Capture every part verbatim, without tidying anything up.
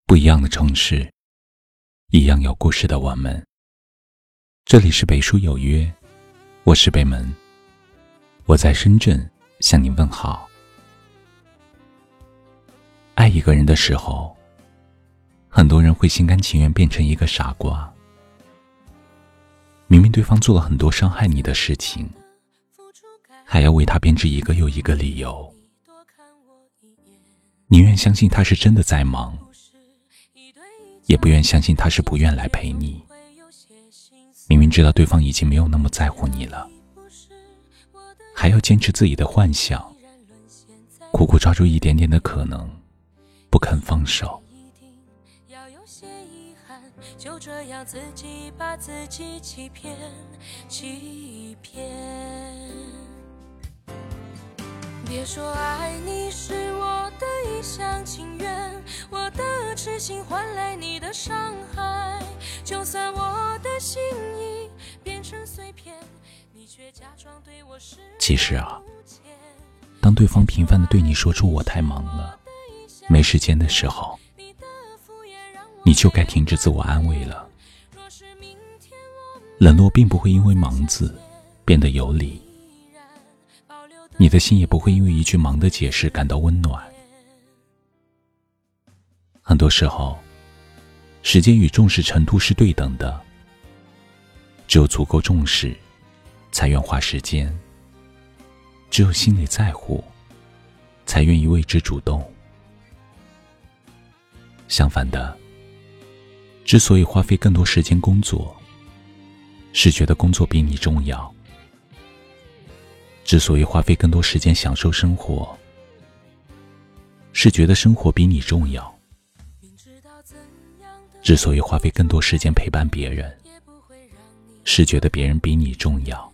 不一样的城市，一样有故事的我们。这里是北书有约，我是北门，我在深圳向你问好。爱一个人的时候，很多人会心甘情愿变成一个傻瓜。明明对方做了很多伤害你的事情，还要为他编织一个又一个理由，宁愿相信他是真的在忙，也不愿相信他是不愿来陪你。明明知道对方已经没有那么在乎你了，还要坚持自己的幻想，苦苦抓住一点点的可能，不肯放手。 就这样自己把自己欺骗欺骗，别说爱你是我的一厢情愿，我的痴心换来你的伤害，就算我的心意变成碎片，你却假装对我视而不见。 其实啊，当对方频繁地对你说出我太忙了，没时间的时候，你就该停止自我安慰了。冷落并不会因为忙字变得有理，你的心也不会因为一句忙的解释感到温暖。很多时候，时间与重视程度是对等的，只有足够重视，才愿花时间；只有心里在乎，才愿意为之主动。相反的，之所以花费更多时间工作，是觉得工作比你重要；之所以花费更多时间享受生活，是觉得生活比你重要；之所以花费更多时间陪伴别人，是觉得别人比你重要。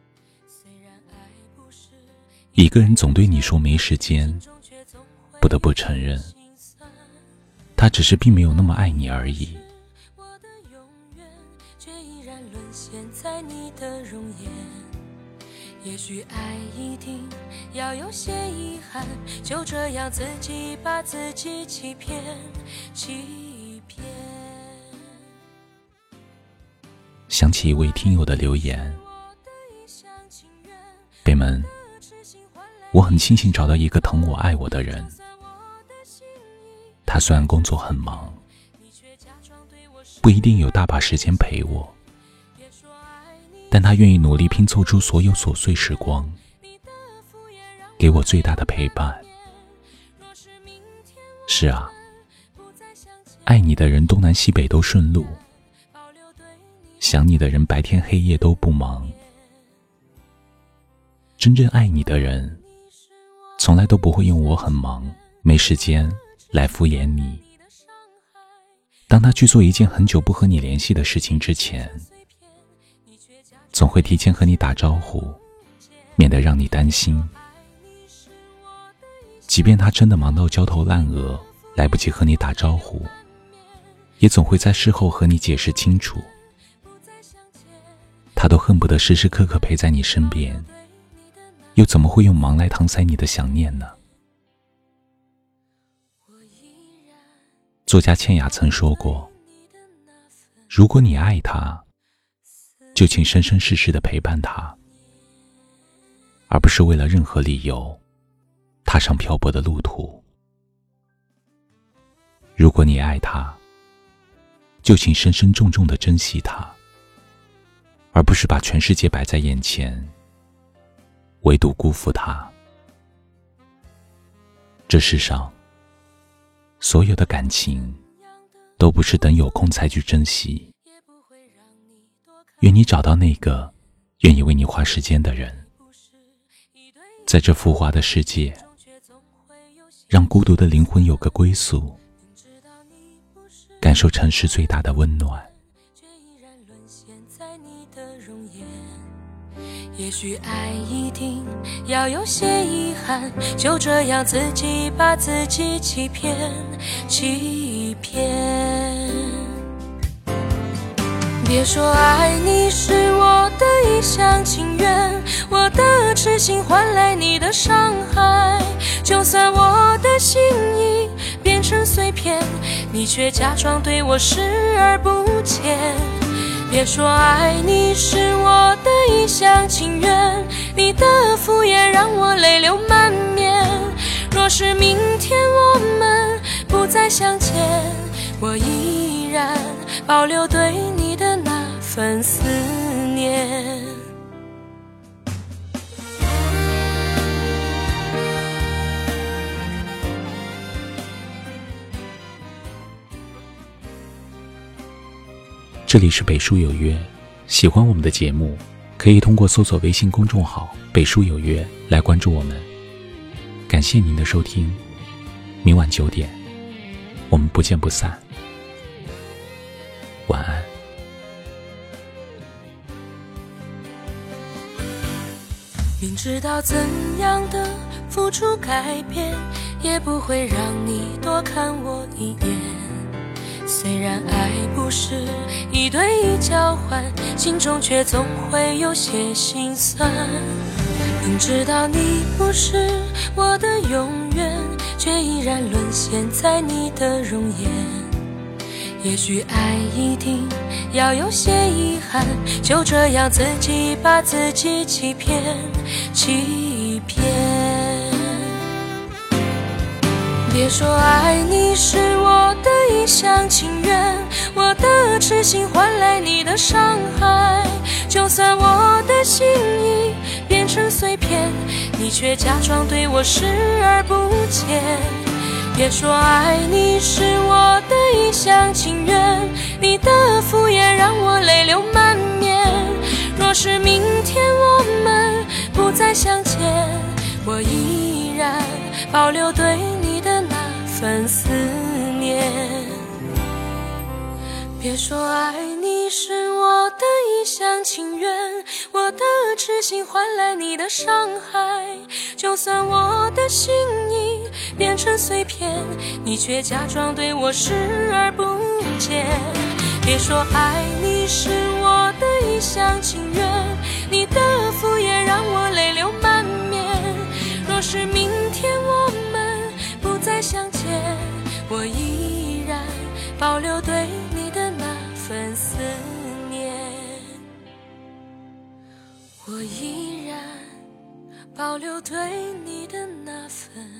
一个人总对你说没时间，不得不承认，他只是并没有那么爱你而已。 现在你的容颜，也许爱一定要有些遗憾，就这样自己把自己欺骗欺骗。 想起一位听友的留言，北门，我很庆幸找到一个疼我爱我的人，他虽然工作很忙，不一定有大把时间陪我，但他愿意努力拼凑出所有琐碎时光，给我最大的陪伴。是啊，爱你的人东南西北都顺路，想你的人白天黑夜都不忙。真正爱你的人，从来都不会用我很忙，没时间来敷衍你。当他去做一件很久不和你联系的事情之前，总会提前和你打招呼，免得让你担心。即便他真的忙到焦头烂额，来不及和你打招呼，也总会在事后和你解释清楚。他都恨不得时时刻刻陪在你身边，又怎么会用忙来搪塞你的想念呢？作家倩雅曾说过，如果你爱他，就请生生世世地陪伴他，而不是为了任何理由踏上漂泊的路途。如果你爱他，就请深深重重地珍惜他，而不是把全世界摆在眼前，唯独辜负他。这世上所有的感情都不是等有空才去珍惜。愿你找到那个愿意为你花时间的人，在这浮华的世界，让孤独的灵魂有个归宿，感受城市最大的温暖。 也许爱一定要有些遗憾，就这样自己把自己欺骗欺骗。别说爱你是我的一厢情愿，我的痴心换来你的伤害，就算我的心意变成碎片，你却假装对我视而不见。别说爱你是我的一厢情愿，你的敷衍让我泪流满面。若是明天我们不再相见，我依然保留对你的那份思念。 这里是北书有约，喜欢我们的节目，可以通过搜索微信公众号北书有约来关注我们。感谢您的收听，明晚九点我们不见不散，晚安。 明知道怎样的付出改变，也不会让你多看我一眼。虽然爱不是一对一交换，心中却总会有些心酸。明知道你不是我的永远，却依然沦陷在你的容颜。也许爱一定要有些遗憾，就这样自己把自己欺骗欺骗。别说爱你是我的一厢情愿，我的痴心换来你的伤害。就算我的心意变成碎片，你却假装对我视而不见。别说爱你是我的一厢情愿，你的敷衍让我泪流满面。若是明天我们不再相见，我依然保留对你的那份思念。别说爱你是我的一厢情愿，我的痴心换来你的伤害。就算我的心意变成碎片，你却假装对我视而不见。别说爱你是我的一厢情愿，你的敷衍让我泪流满面。若是明天我们不再相见，我依然保留对你的那份思念，我依然保留对你的那份